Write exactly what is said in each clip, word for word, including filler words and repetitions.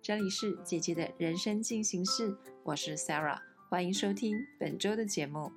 这里是姐姐的人生进行式，我是 Sarah， 欢迎收听本周的节目。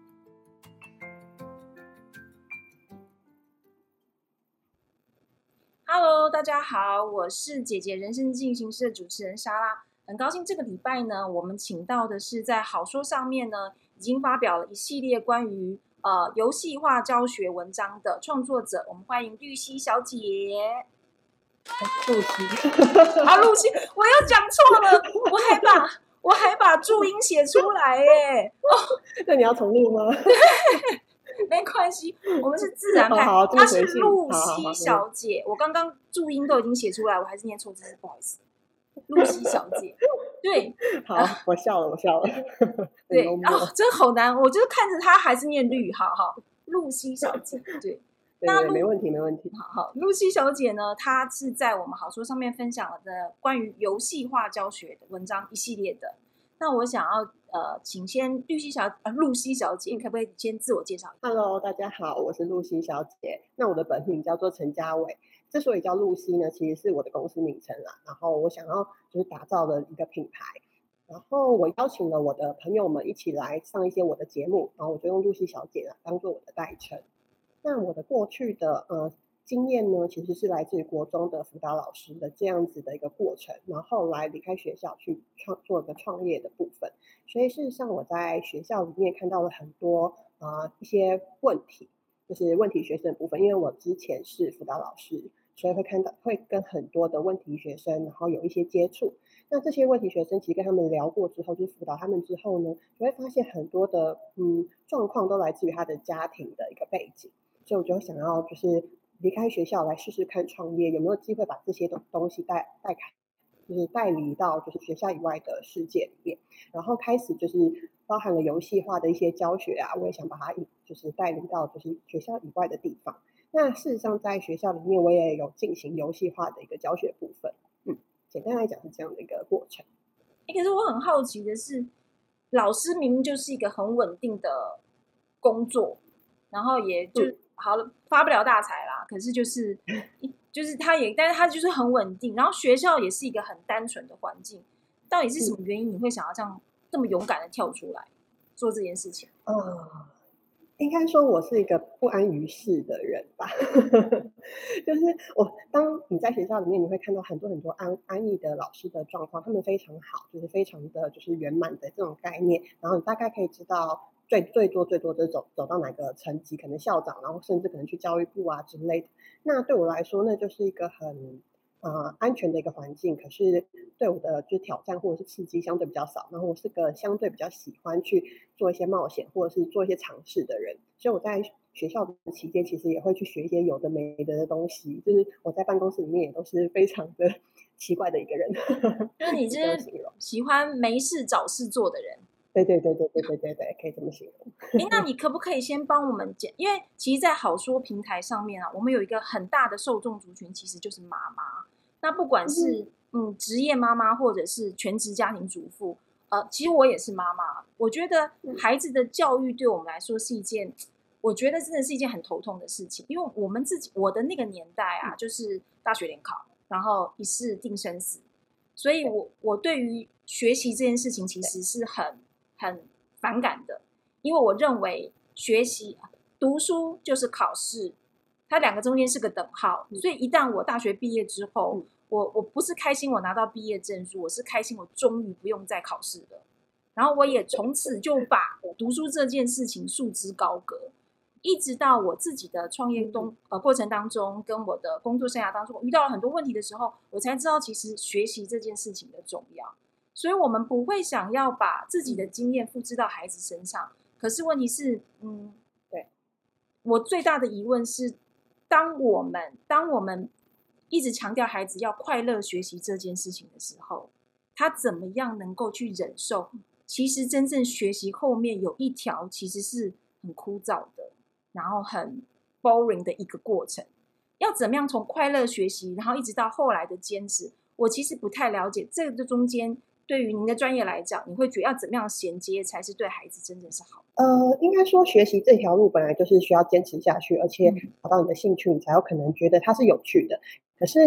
Hello， 大家好，我是姐姐人生进行式的主持人莎拉，很高兴这个礼拜呢，我们请到的是在好说上面呢，已经发表了一系列关于呃游戏化教学文章的创作者，我们欢迎绿溪小姐。 露西， 好，露西，我又讲错了，我还把我还把注音写出来耶。 哦，那你要重录吗？ 没关系，我们是自然派。 哦、 她是露西小姐，我刚刚注音都已经写出来，我还是念错字，不好意思。露西小姐，对， 好，呃、我笑了，我笑了。 对，哦，真好难，我就是看着她还是念绿，好好，露西小姐，对。 那没问题，没问题。 好好，露西小姐呢，她是在我们好说上面分享了的关于游戏化教学的文章一系列的。那我想要呃，请先绿西小呃露西小姐，可不可以先自我介绍一下 ？Hello， 大家好，我是露西小姐。那我的本名叫做陈家伟。之所以叫露西呢，其实是我的公司名称啦。然后我想要就是打造的一个品牌。然后我邀请了我的朋友们一起来上一些我的节目，然后我就用露西小姐当做我的代称。那我的过去的呃经验呢，其实是来自于国中的辅导老师的这样子的一个过程，然后后来离开学校去创做一个创业的部分。所以事实上我在学校里面看到了很多呃一些问题，就是问题学生的部分，因为我之前是辅导老师，所以会看到会跟很多的问题学生，然后有一些接触。那这些问题学生其实跟他们聊过之后，就是辅导他们之后呢，就会发现很多的嗯状况都来自于他的家庭的一个背景。所以我就想要就是离开学校来试试看创业，有没有机会把这些东西带带开，就是带离到就是学校以外的世界里面，然后开始就是包含了游戏化的一些教学啊，我也想把它就是带离到就是学校以外的地方。那事实上在学校里面我也有进行游戏化的一个教学部分，嗯，简单来讲是这样的一个过程。 欸、可是我很好奇的是，老师明明就是一个很稳定的工作，然后也就、嗯、好了，发不了大财啦。可是就是，就是他也，但是他就是很稳定。然后学校也是一个很单纯的环境。到底是什么原因，你会想要这样这么勇敢的跳出来做这件事情？ 哦、嗯，应该说我是一个不安于世的人吧。就是我当你在学校里面，你会看到很多很多安安逸的老师的状况，他们非常好，就是非常的就是圆满的这种概念。然后你大概可以知道。最最多最多就是走走到哪个层级，可能校长，然后甚至可能去教育部啊之类的。那对我来说，那就是一个很呃安全的一个环境。可是对我的就是挑战或者是刺激相对比较少。然后我是个相对比较喜欢去做一些冒险或者是做一些尝试的人。所以我在学校的期间，其实也会去学一些有的没的的东西。就是我在办公室里面也都是非常的奇怪的一个人。 就是你是喜欢没事找事做的人。 对对对对对对对对，可以这么形容。 哎，那你可不可以先帮我们讲？因为其实，在好说平台上面啊，我们有一个很大的受众族群，其实就是妈妈。那不管是嗯职业妈妈，或者是全职家庭主妇，呃，其实我也是妈妈。我觉得孩子的教育对我们来说是一件，我觉得真的是一件很头痛的事情。因为我们自己，我的那个年代啊，就是大学联考，然后一试定生死，所以我我对于学习这件事情其实是很。很反感的，因为我认为学习读书就是考试，它两个中间是个等号，所以一旦我大学毕业之后，我我不是开心我拿到毕业证书，我是开心我终于不用再考试了，然后我也从此就把读书这件事情束之高阁，一直到我自己的创业中呃过程当中，跟我的工作生涯当中，我遇到了很多问题的时候，我才知道其实学习这件事情的重要。所以我们不会想要把自己的经验复制到孩子身上，可是问题是，嗯， 对， 我最大的疑问是，当我们当我们一直强调孩子要快乐学习这件事情的时候，他怎么样能够去忍受？其实真正学习后面有一条其实是很枯燥的，然后很 boring 的一个过程。要怎么样从快乐学习，然后一直到后来的坚持？我其实不太了解这个中间。对于您的专业来讲，你会觉得要怎么样衔接才是对孩子真正是好的？ 呃，应该说学习这条路本来就是需要坚持下去，而且找到你的兴趣，你才有可能觉得它是有趣的。可是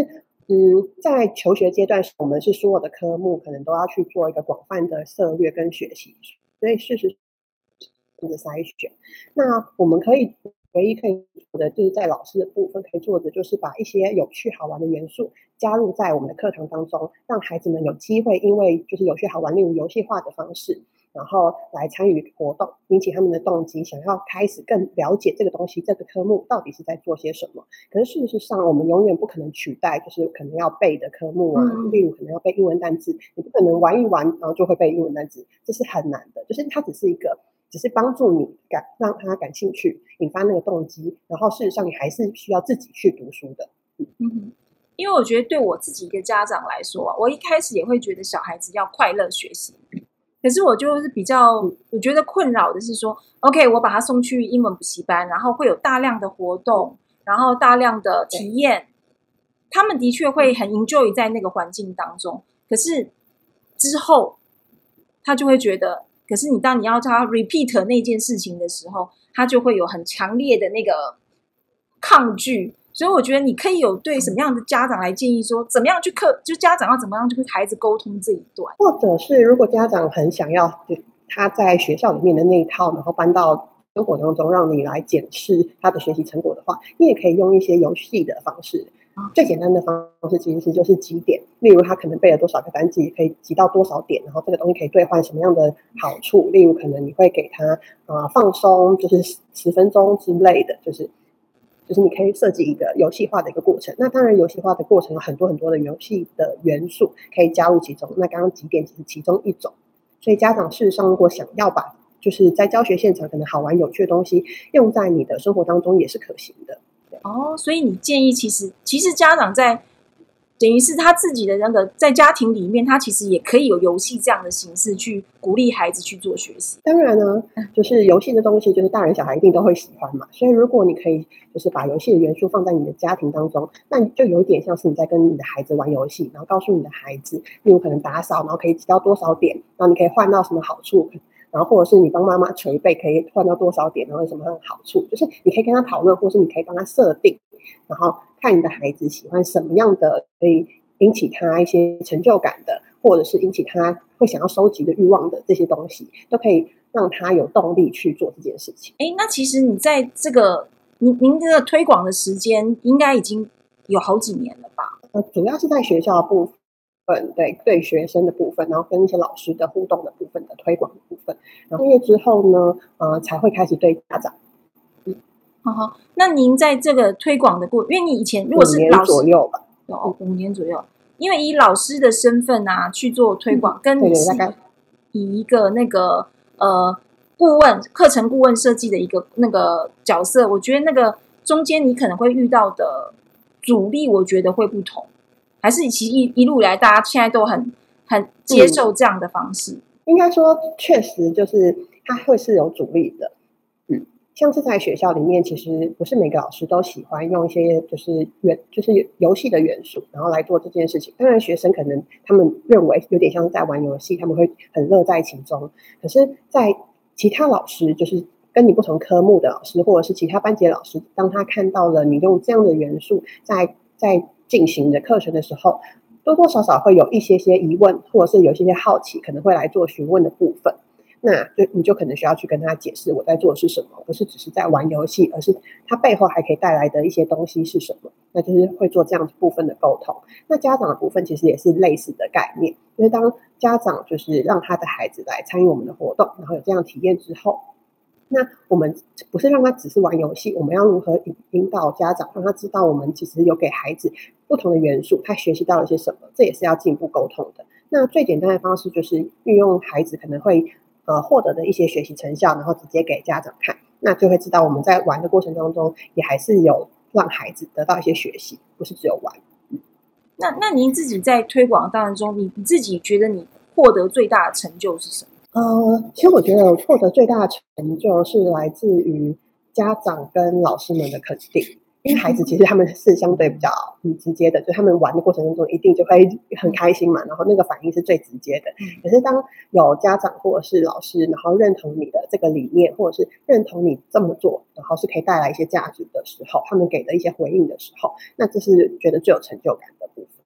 嗯，在求学阶段，我们是所有的科目可能都要去做一个广泛的涉略跟学习，所以事实的筛选。那我们可以唯一可以做的，就是在老师的部分可以做的，就是把一些有趣好玩的元素加入在我们的课堂当中，让孩子们有机会因为就是有趣好玩，例如游戏化的方式，然后来参与活动，引起他们的动机，想要开始更了解这个东西，这个科目到底是在做些什么。可是事实上，我们永远不可能取代就是可能要背的科目啊， 嗯例如可能要背英文单字，你不可能玩一玩然后就会背英文单字，这是很难的。就是它只是一个，只是帮助你感让他感兴趣，引发那个动机，然后事实上你还是需要自己去读书的。 嗯哼，因为我觉得对我自己一个家长来说啊，我一开始也会觉得小孩子要快乐学习，可是我就是比较，我觉得困扰的是说 ，OK， 我把他送去英文补习班，然后会有大量的活动，然后大量的体验，他们的确会很 enjoy 在那个环境当中。可是之后，他就会觉得，可是你当你要叫他 repeat 那件事情的时候，他就会有很强烈的那个抗拒。所以我觉得你可以有对什么样的家长来建议说，怎么样去课，就家长要怎么样去跟孩子沟通这一段， 或者是如果家长很想要他在学校里面的那一套，然后搬到生活当中，让你来检视他的学习成果的话，你也可以用一些游戏的方式。最简单的方式其实是就是集点，例如他可能背了多少个单词，可以集到多少点，然后这个东西可以兑换什么样的好处，例如可能你会给他呃放松，就是十分钟之类的，就是就是你可以设计一个游戏化的一个过程。那当然游戏化的过程有很多很多的游戏的元素可以加入其中，那刚刚集点只是其中一种。所以家长事实上如果想要把就是在教学现场可能好玩有趣的东西用在你的生活当中也是可行的。 哦，所以你建议其实其实家长在等于是他自己的那个在家庭里面，他其实也可以有游戏这样的形式去鼓励孩子去做学习。 当然呢，就是游戏的东西，就是大人小孩一定都会喜欢嘛。所以如果你可以就是把游戏的元素放在你的家庭当中，那你就有点像是你在跟你的孩子玩游戏，然后告诉你的孩子，例如可能打扫，然后可以积到多少点，然后你可以换到什么好处。然后或者是你帮妈妈捶背可以换到多少点，然后有什么好处，就是你可以跟他讨论，或是你可以帮他设定，然后看你的孩子喜欢什么样的可以引起他一些成就感的，或者是引起他会想要收集的欲望的，这些东西都可以让他有动力去做这件事情。 哎，那其实你在这个您您这个推广的时间应该已经有好几年了吧？ 呃，主要是在学校的部分。对对学生的部分，然后跟一些老师的互动的部分的推广的部分，然后毕业之后呢，呃，才会开始对家长。 嗯，好好。那您在这个推广的过，因为你以前如果是老师五年左右吧， 有五年左右，因为以老师的身份啊去做推广，嗯、跟你是以一个那个呃顾问课程顾问设计的一个那个角色，我觉得那个中间你可能会遇到的阻力，我觉得会不同。还是其实一一路来，大家现在都很很接受这样的方式。嗯、 应该说，确实就是它会是有阻力的。嗯，像是在学校里面，其实不是每个老师都喜欢用一些就是元就是游戏的元素，然后来做这件事情。当然，学生可能他们认为有点像是在玩游戏，他们会很乐在其中。可是，在其他老师，就是跟你不同科目的老师，或者是其他班级的老师，当他看到了你用这样的元素在在进行的课程的时候，多多少少会有一些些疑问，或者是有一些些好奇，可能会来做询问的部分。那就你就可能需要去跟他解释我在做的是什么，不是只是在玩游戏，而是它背后还可以带来的一些东西是什么。那就是会做这样部分的沟通。那家长的部分其实也是类似的概念，因为当家长就是让他的孩子来参与我们的活动，然后有这样体验之后，那我们不是让他只是玩游戏，我们要如何引导家长，让他知道我们其实有给孩子不同的元素，他学习到了些什么，这也是要进一步沟通的。那最简单的方式就是运用孩子可能会呃获得的一些学习成效，然后直接给家长看，那就会知道我们在玩的过程当中也还是有让孩子得到一些学习，不是只有玩。 嗯、那那您自己在推广当中，你你自己觉得你获得最大的成就是什么？ 呃，其实我觉得我获得最大的成就是来自于家长跟老师们的肯定，因为孩子其实他们是相对比较嗯直接的，就是他们玩的过程当中一定就会很开心嘛，然后那个反应是最直接的。可是当有家长或者是老师，然后认同你的这个理念，或者是认同你这么做，然后是可以带来一些价值的时候，他们给的一些回应的时候，那这是觉得最有成就感的部分。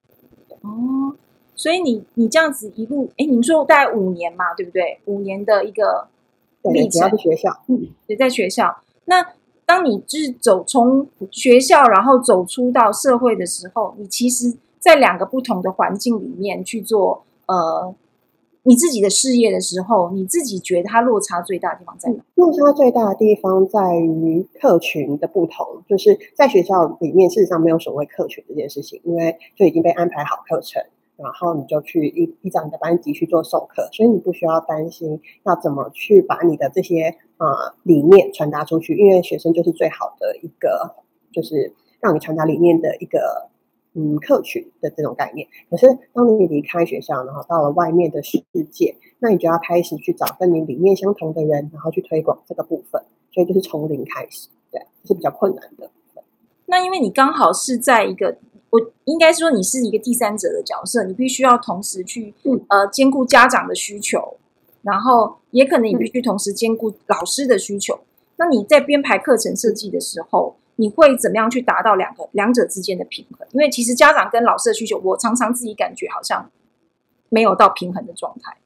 哦，所以你你这样子一路，哎，你说大概五年嘛，对不对？五年的一个历程， 对，学校，嗯， 也在学校。那当你就是走从学校，然后走出到社会的时候，你其实在两个不同的环境里面去做呃你自己的事业的时候，你自己觉得它落差最大的地方在哪？ 落差最大的地方在于客群的不同，就是在学校里面，事实上没有所谓客群这件事情，因为就已经被安排好课程，然后你就去依依照你的班级去做授课，所以你不需要担心要怎么去把你的这些呃理念传达出去，因为学生就是最好的一个，就是让你传达理念的一个。嗯，客群的这种概念，可是当你离开学校，然后到了外面的世界，那你就要开始去找跟你理念相同的人，然后去推广这个部分，所以就是从零开始，对，这是比较困难的。 那因为你刚好是在一个，我应该说你是一个第三者的角色，你必须要同时去、嗯、呃兼顾家长的需求，然后也可能你必须同时兼顾老师的需求。嗯、那你在编排课程设计的时候，你会怎么样去达到两个两者之间的平衡？因为其实家长跟老师的需求，我常常自己感觉好像没有到平衡的状态。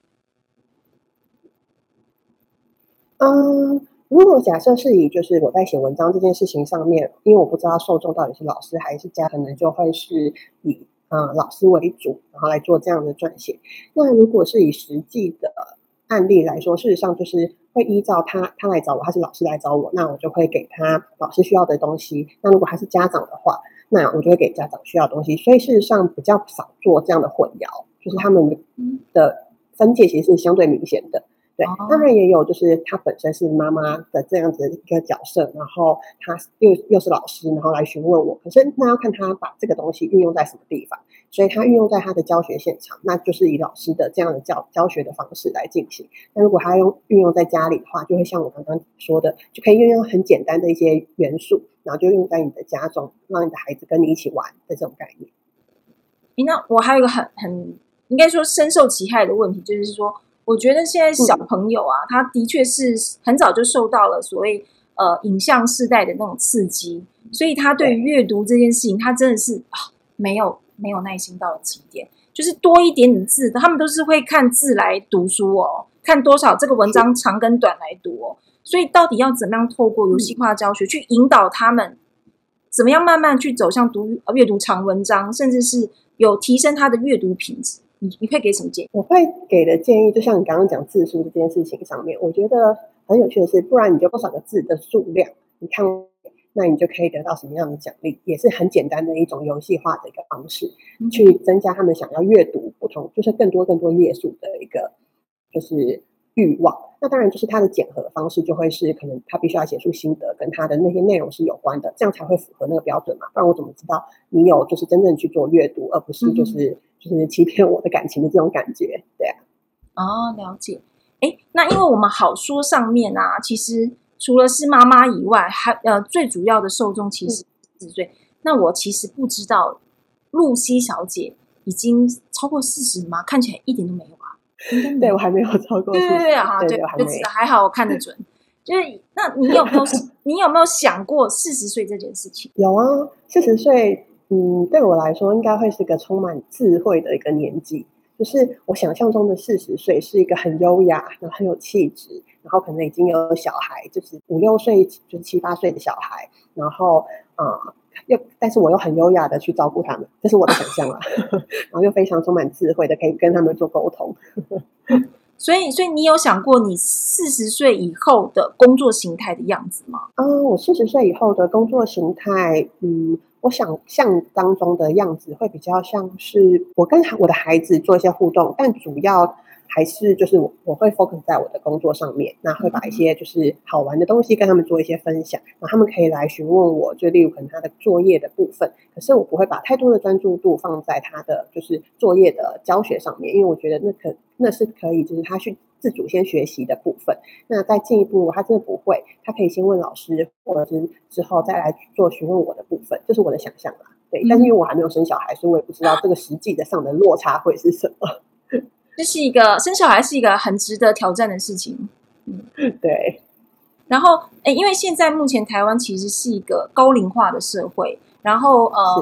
嗯，如果假设是以就是我在写文章这件事情上面，因为我不知道受众到底是老师还是家，可能就会是以嗯老师为主，然后来做这样的撰写。那如果是以实际的案例来说，事实上就是会依照他他来找我，他是老师来找我，那我就会给他老师需要的东西。那如果他是家长的话，那我就会给家长需要的东西。所以事实上比较少做这样的混淆，就是他们的分界其实是相对明显的。对，当然也有就是他本身是妈妈的这样子一个角色，然后他又又是老师，然后来询问我。可是那要看他把这个东西运用在什么地方，所以他运用在他的教学现场，那就是以老师的这样的教教学的方式来进行。那如果他用运用在家里的话，就会像我刚刚说的，就可以运用很简单的一些元素，然后就用在你的家中，让你的孩子跟你一起玩的这种概念。 那我还有一个很很应该说深受其害的问题，就是说。我觉得现在小朋友啊，他的确是很早就受到了所谓呃影像世代的那种刺激，所以他对于阅读这件事情，他真的是啊没有没有耐心到了极点，就是多一点点字，他们都是会看字来读书哦，看多少这个文章长跟短来读哦，所以到底要怎么样透过游戏化教学去引导他们，怎么样慢慢去走向读阅读长文章，甚至是有提升他的阅读品质。你你会给什么建议？ 我会给的建议，就像你刚刚讲字数这件事情上面，我觉得很有趣的是，不然你就多少个字的数量，你看，那你就可以得到什么样的奖励，也是很简单的一种游戏化的一个方式，嗯、去增加他们想要阅读不同，就是更多更多页数的一个就是欲望。那当然就是它的检核方式就会是，可能他必须要写出心得，跟他的那些内容是有关的，这样才会符合那个标准嘛。不然我怎么知道你有就是真正去做阅读，而不是就是。嗯就是欺骗我的感情的这种感觉，对啊。 哦，了解。哎，那因为我们好说上面啊，其实除了是妈妈以外，还呃最主要的受众其实四十岁。嗯、那我其实不知道露西小姐已经超过四十吗？看起来一点都没有吧？应该没有。 对，我还没有超过四十。 对对对啊，对，对还好我看得准。就是那你有没有你有没有想过四十岁这件事情？ 有啊，四十岁。嗯，对我来说应该会是个充满智慧的一个年纪，就是我想象中的四十岁是一个很优雅，然后很有气质，然后可能已经有小孩，就是五六岁，就是七八岁的小孩，然后啊、呃，又但是我又很优雅的去照顾他们，这是我的想象啦。然后又非常充满智慧的可以跟他们做沟通。 所以，所以你有想过你四十岁以后的工作形态的样子吗？ 嗯，我四十岁以后的工作形态，嗯。我想象当中的样子会比较像是我跟我的孩子做一些互动，但主要还是就是我我会 focus 在我的工作上面，那会把一些就是好玩的东西跟他们做一些分享，然后他们可以来询问我，就例如可能他的作业的部分，可是我不会把太多的专注度放在他的就是作业的教学上面，因为我觉得那可那是可以就是他去自主先学习的部分。那再进一步他真的不会，他可以先问老师，或者是之后再来做询问我的部分，这是我的想象啦。对，但是因为我还没有生小孩，所以我也不知道这个实际的上的落差会是什么。 这是一个生小孩是一个很值得挑战的事情。 嗯，对。 然后，诶，因为现在目前台湾其实是一个高龄化的社会，然后呃，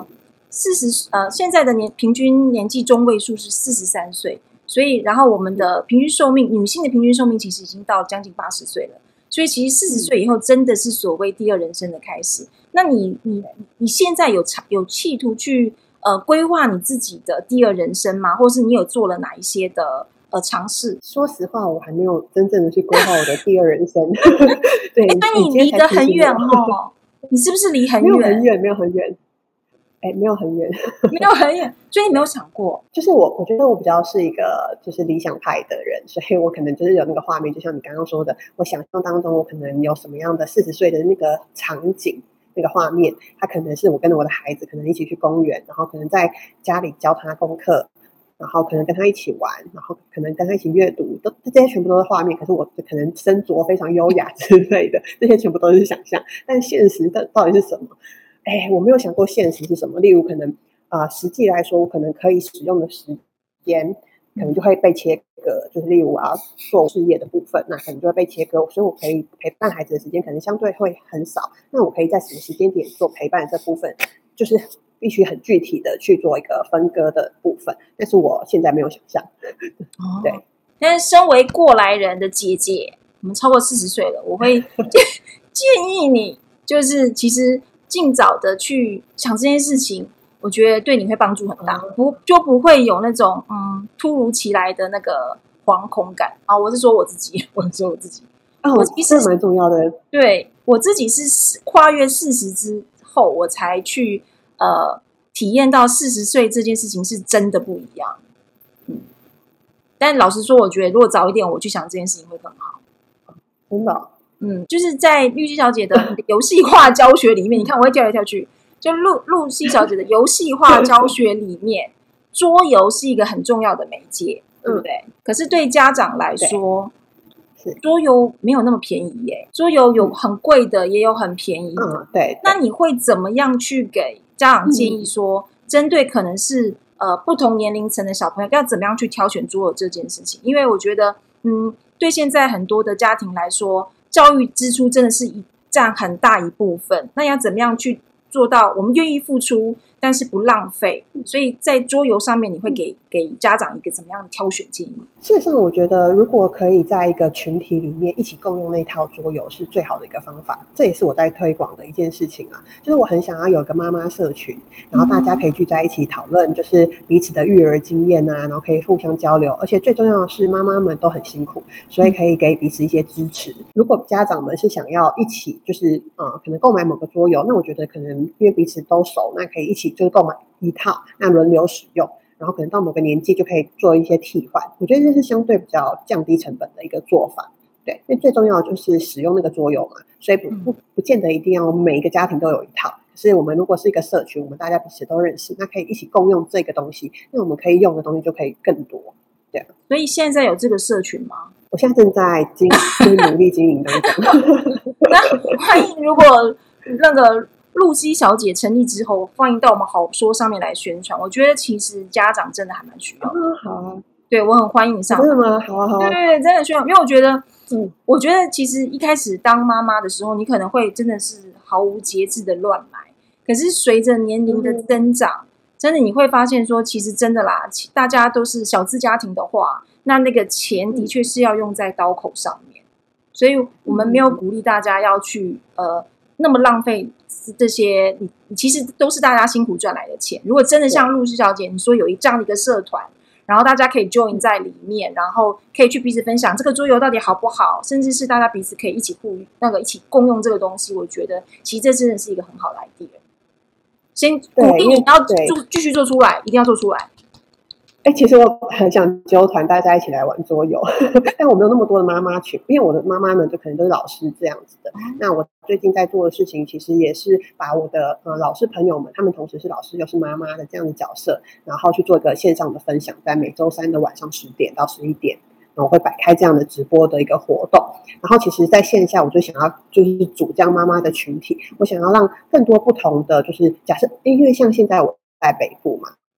四十呃现在的年平均年纪中位数是四十三岁，所以然后我们的平均寿命，女性的平均寿命其实已经到将近八十岁了。所以其实四十岁以后真的是所谓第二人生的开始。那你你你现在有有企图去呃规划你自己的第二人生吗？或是你有做了哪一些的呃尝试？ 说实话，我还没有真正的去规划我的第二人生。对， 欸、那你离得很远哦，你是不是离很远？ 没有很远，没有很远。哎，没有很远， 没有很远，所以你没有想过。 就是我，我觉得我比较是一个就是理想派的人，所以我可能就是有那个画面，就像你刚刚说的，我想象当中我可能有什么样的四十岁的那个场景，那个画面，它可能是我跟着我的孩子，可能一起去公园，然后可能在家里教他功课，然后可能跟他一起玩，然后可能跟他一起阅读，都这些全部都是画面。可是我可能身着非常优雅之类的，这些全部都是想象，但现实的到底是什么？哎，我没有想过现实是什么。例如，可能啊、呃，实际来说，我可能可以使用的时间，可能就会被切割。就是例如我要做事业的部分，那可能就会被切割，所以我可以陪伴孩子的时间可能相对会很少。那我可以在什么时间点做陪伴这部分，就是必须很具体的去做一个分割的部分。但是我现在没有想象。 哦， 对。 但是身为过来人的姐姐，我们超过四十岁了，我会建议你，就是其实。尽早的去想这件事情，我觉得对你会帮助很大，不就不会有那种嗯突如其来的那个惶恐感啊！我是说我自己，我是说我自己， 哦， 我其实蛮重要的。 对我自己是跨越四十之后，我才去呃体验到四十岁这件事情是真的不一样。嗯，但老实说，我觉得如果早一点我去想这件事情会更好。 真的、哦。 嗯，就是在露西小姐的游戏化教学里面，你看我会跳来跳去，就露露西小姐的游戏化教学里面，桌游是一个很重要的媒介，对不对？嗯、可是对家长来说，桌游没有那么便宜耶，桌游有很贵的，也有很便宜的。 嗯，对。 那你会怎么样去给家长建议说，嗯、针对可能是呃不同年龄层的小朋友，要怎么样去挑选桌游这件事情？因为我觉得，嗯，对现在很多的家庭来说。教育支出真的是一占很大一部分，那要怎么样去做到我们愿意付出，但是不浪费？所以在桌游上面，你会给给家长一个怎么样的挑选建议？ 事实上，我觉得如果可以在一个群体里面一起共用那套桌游，是最好的一个方法。这也是我在推广的一件事情啊，就是我很想要有一个妈妈社群，然后大家可以聚在一起讨论，就是彼此的育儿经验啊，然后可以互相交流。而且最重要的是，妈妈们都很辛苦，所以可以给彼此一些支持。如果家长们是想要一起，就是呃，可能购买某个桌游，那我觉得可能因为彼此都熟，那可以一起就是购买一套，那轮流使用。然后可能到某个年纪就可以做一些替换，我觉得这是相对比较降低成本的一个做法。对，因为最重要的就是使用那个桌游嘛，所以不不不见得一定要每一个家庭都有一套。可是我们如果是一个社群，我们大家彼此都认识，那可以一起共用这个东西，那我们可以用的东西就可以更多。对， 所以现在有这个社群吗？ 我现在正在经就是努力经营当中。 那欢迎，如果那个。露西小姐成立之后，欢迎到我们好说上面来宣传。我觉得其实家长真的还蛮需要的。 哦、好啊， 对我很欢迎你上。 真的吗？好啊，好啊。 对对对，真的需要，因为我觉得，嗯，我觉得其实一开始当妈妈的时候，你可能会真的是毫无节制的乱来。可是随着年龄的增长，嗯、真的你会发现说，其实真的啦，大家都是小资家庭的话，那那个钱的确是要用在刀口上面。所以我们没有鼓励大家要去呃。那么浪费这些，你其实都是大家辛苦赚来的钱。如果真的像露西小姐你说有一这样的一个社团，然后大家可以 join 在里面，然后可以去彼此分享这个桌游到底好不好，甚至是大家彼此可以一起互那个一起共用这个东西，我觉得其实这真的是一个很好的 idea。先鼓励你要做继续做出来，一定要做出来。 哎，其实我很想揪团大家一起来玩桌游，但我没有那么多的妈妈群，因为我的妈妈们就可能都是老师这样子的。那我最近在做的事情，其实也是把我的呃老师朋友们，他们同时是老师又是妈妈的这样的角色，然后去做一个线上的分享，在每周三的晚上十点到十一点，我会摆开这样的直播的一个活动。然后其实在线下我就想要就是组这样妈妈的群体，我想要让更多不同的就是假设，因为像现在我在北部嘛。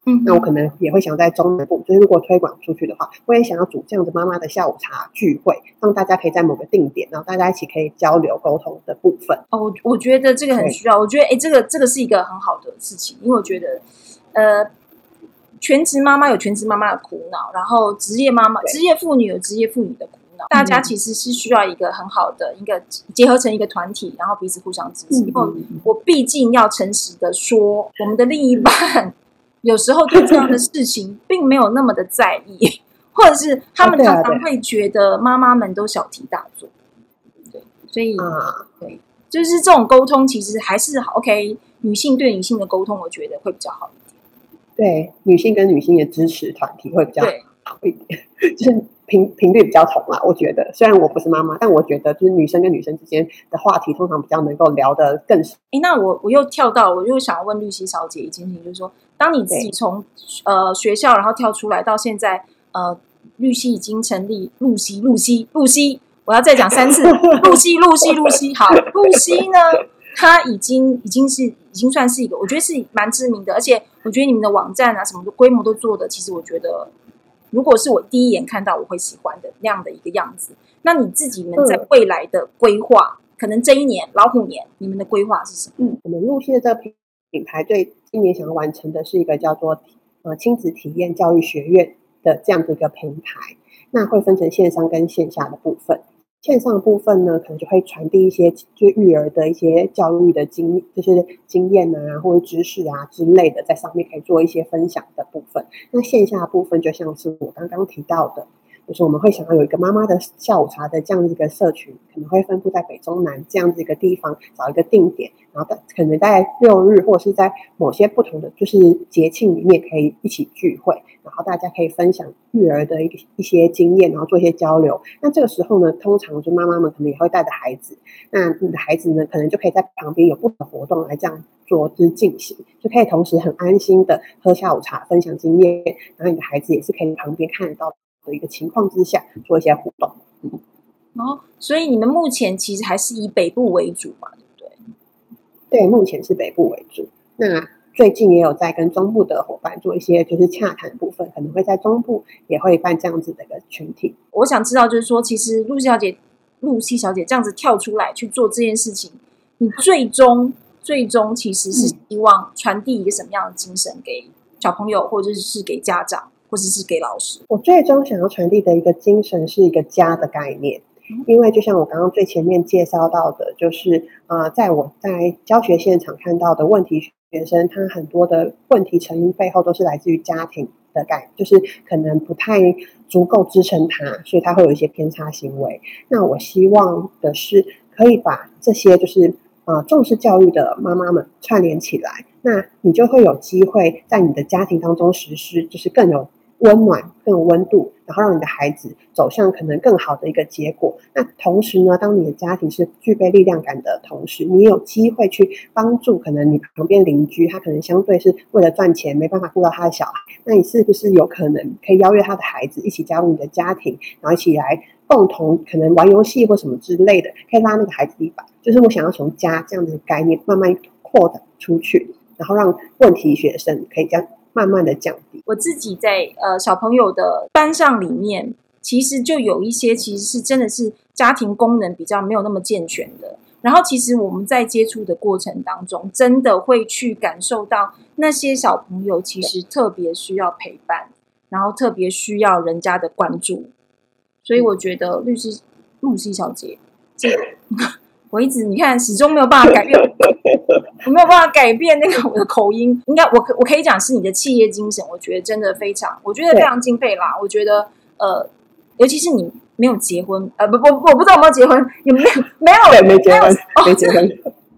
嗯，那我可能也会想在中南部，就是如果推广出去的话，我也想要组这样的妈妈的下午茶聚会，让大家可以在某个定点，然后大家一起可以交流沟通的部分。 哦，我我觉得这个很需要，我觉得哎，这个这个是一个很好的事情，因为我觉得，呃，全职妈妈有全职妈妈的苦恼，然后职业妈妈、职业妇女有职业妇女的苦恼，大家其实是需要一个很好的一个结合成一个团体，然后彼此互相支持。因为我毕竟要诚实的说，我们的另一半有时候对这样的事情并没有那么的在意，或者是他们常常会觉得妈妈们都小题大做。对，所以对，就是这种沟通其实还是 OK， 女性对女性的沟通，我觉得会比较好一点。 对，女性跟女性的支持团体会比较好一点，就是频频率比较同啦。我觉得，虽然我不是妈妈，但我觉得就是女生跟女生之间的话题通常比较能够聊得更深。 哎，那我我又跳到，我又想要问律师小姐一件事情，就是说，当你自己从呃学校然后跳出来到现在，呃，律系已经成立，露西露西露西，我要再讲三次，露西露西露西，好，露西呢？它已经已经是已经算是一个，我觉得是蛮知名的，而且我觉得你们的网站啊什么的规模都做的，其实我觉得，如果是我第一眼看到我会喜欢的那样的一个样子。那你自己们在未来的规划，嗯、可能这一年老虎年，你们的规划是什么？ 嗯，我们露西的这个品牌对今年想要完成的是一个叫做呃亲子体验教育学院的这样的一个平台，那会分成线上跟线下的部分。线上的部分呢，可能就会传递一些就育儿的一些教育的经，就是经验啊，或者知识啊之类的，在上面可以做一些分享的部分。那线下的部分就像是我刚刚提到的，就是我们会想要有一个妈妈的下午茶的这样一个社群，可能会分布在北中南这样子一个地方，找一个定点，然后可能在六日或者是在某些不同的就是节庆里面可以一起聚会，然后大家可以分享育儿的一个一些经验，然后做一些交流。那这个时候呢，通常就妈妈们可能也会带着孩子，那你的孩子呢，可能就可以在旁边有不同的活动来这样做之进行，就可以同时很安心的喝下午茶，分享经验，然后你的孩子也是可以旁边看得到的一个情况之下做一些互动。嗯哦，所以你们目前其实还是以北部为主嘛，对不对？ 对，目前是北部为主。那最近也有在跟中部的伙伴做一些就是洽谈的部分，可能会在中部也会办这样子的一个群体。 我想知道就是说，其实露西小姐露西小姐这样子跳出来去做这件事情，你最终最终其实是希望传递一个什么样的精神给小朋友，或者是给家长，或者是给老师？ 我最终想要传递的一个精神是一个家的概念。因为就像我刚刚最前面介绍到的，就是呃，在我在教学现场看到的问题学生，他很多的问题成因背后都是来自于家庭的概念，就是可能不太足够支撑他，所以他会有一些偏差行为。那我希望的是可以把这些就是呃重视教育的妈妈们串联起来，那你就会有机会在你的家庭当中实施，就是更有温暖更有温度，然后让你的孩子走向可能更好的一个结果。那同时呢，当你的家庭是具备力量感的同时，你也有机会去帮助可能你旁边邻居，他可能相对是为了赚钱没办法顾到他的小孩，那你是不是有可能可以邀约他的孩子一起加入你的家庭，然后一起来共同可能玩游戏或什么之类的，可以拉那个孩子一把。就是我想要从家这样的概念慢慢扩展出去，然后让问题学生可以这样慢慢的降低。 我自己在呃小朋友的班上里面，其实就有一些其实是真的是家庭功能比较没有那么健全的。然后其实我们在接触的过程当中，真的会去感受到那些小朋友其实特别需要陪伴，然后特别需要人家的关注。所以我觉得律师露西小姐，这个我一直你看始终没有办法改变。我没有办法改变那个我的口音，应该我可我可以讲是你的企业精神，我觉得真的非常，我觉得非常敬佩啦。我觉得呃，尤其是你没有结婚，呃不不我不知道有没有结婚，有没有没有对没结婚没结婚，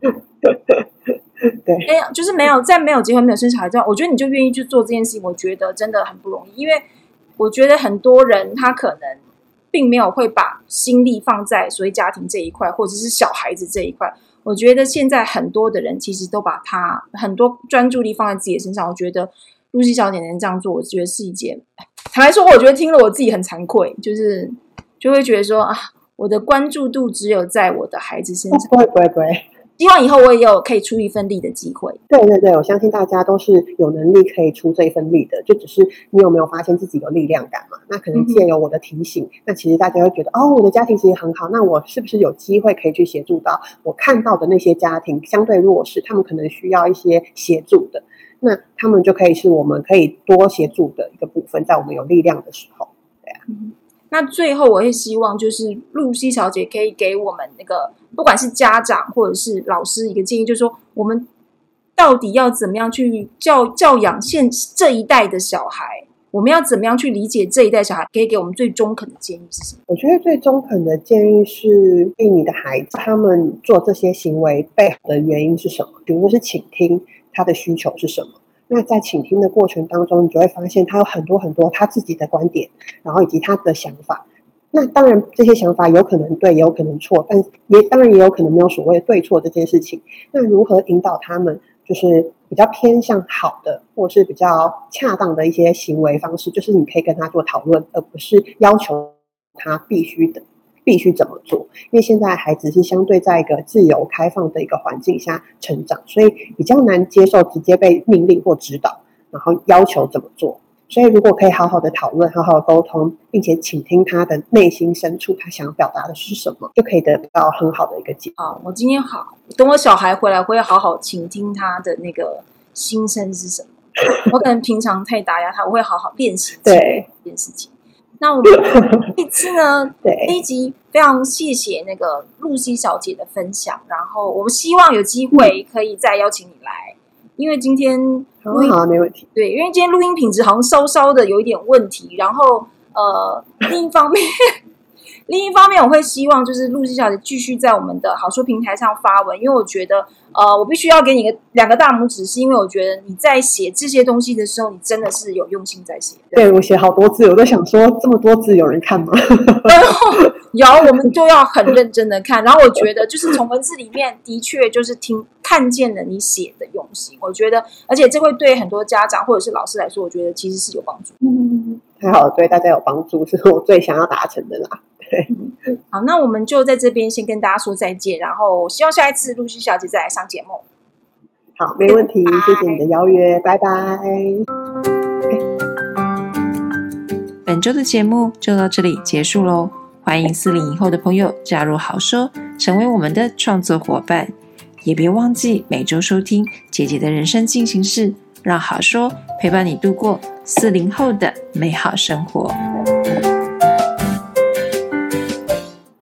对， 没有就是没有在没有结婚没有生小孩之后，我觉得你就愿意去做这件事情，我觉得真的很不容易，因为我觉得很多人他可能并没有会把心力放在所谓家庭这一块，或者是小孩子这一块。我觉得现在很多的人其实都把他很多专注力放在自己的身上。我觉得露西小姐能这样做，我觉得是一件，坦白说，我觉得听了我自己很惭愧，就是就会觉得说啊，我的关注度只有在我的孩子身上。 不会不会不会， 希望以后我也有可以出一份力的机会。 对对对，我相信大家都是有能力可以出这一份力的，就只是你有没有发现自己有力量感嘛？那可能借由我的提醒，嗯、那其实大家会觉得哦，我的家庭其实很好，那我是不是有机会可以去协助到我看到的那些家庭相对弱势，他们可能需要一些协助的，那他们就可以是我们可以多协助的一个部分，在我们有力量的时候。对啊。 嗯，那最后我会希望就是露西小姐可以给我们那个不管是家长或者是老师一个建议，就是说我们到底要怎么样去教教养现这一代的小孩，我们要怎么样去理解这一代小孩，可以给我们最中肯的建议是什么？ 我觉得最中肯的建议是对你的孩子他们做这些行为背后的原因是什么，比如说是倾听他的需求是什么。那在倾听的过程当中，你就会发现他有很多很多他自己的观点，然后以及他的想法。那当然这些想法有可能对也有可能错，但也当然也有可能没有所谓对错这件事情。那如何引导他们就是比较偏向好的或是比较恰当的一些行为方式，就是你可以跟他做讨论，而不是要求他必须的必须怎么做。因为现在孩子是相对在一个自由开放的一个环境下成长，所以比较难接受直接被命令或指导，然后要求怎么做。所以如果可以好好的讨论，好好的沟通，并且倾听他的内心深处他想表达的是什么，就可以得到很好的一个结果。 好，我今天好等我小孩回来会好好倾听他的那个心声是什么。我可能平常太打压他，我会好好练习这件事情。那我们这次呢， 对这一集非常谢谢那个露西小姐的分享，然后我们希望有机会可以再邀请你来，因为今天录音好好没问题。 对，因为今天录音品质好像稍稍的有一点问题，然后呃，另一方面，另一方面我会希望就是露西小姐继续在我们的好说平台上发文，因为我觉得呃，我必须要给你一个两个大拇指，是因为我觉得你在写这些东西的时候，你真的是有用心在写。 对，我写好多字，我都想说这么多字有人看吗？ 有，我们就要很认真的看。然后我觉得就是从文字里面的确就是听看见了你写的用心，我觉得而且这会对很多家长或者是老师来说，我觉得其实是有帮助。 嗯，太好了，对大家有帮助是我最想要达成的啦。对， 嗯，好，那我们就在这边先跟大家说再见，然后希望下一次露西小姐再来上节目。 好，没问题，谢谢你的邀约，拜拜。 本周的节目就到这里结束咯，欢迎四零以后的朋友加入好说，成为我们的创作伙伴，也别忘记每周收听姐姐的人生进行式，让好说陪伴你度过四零后的美好生活。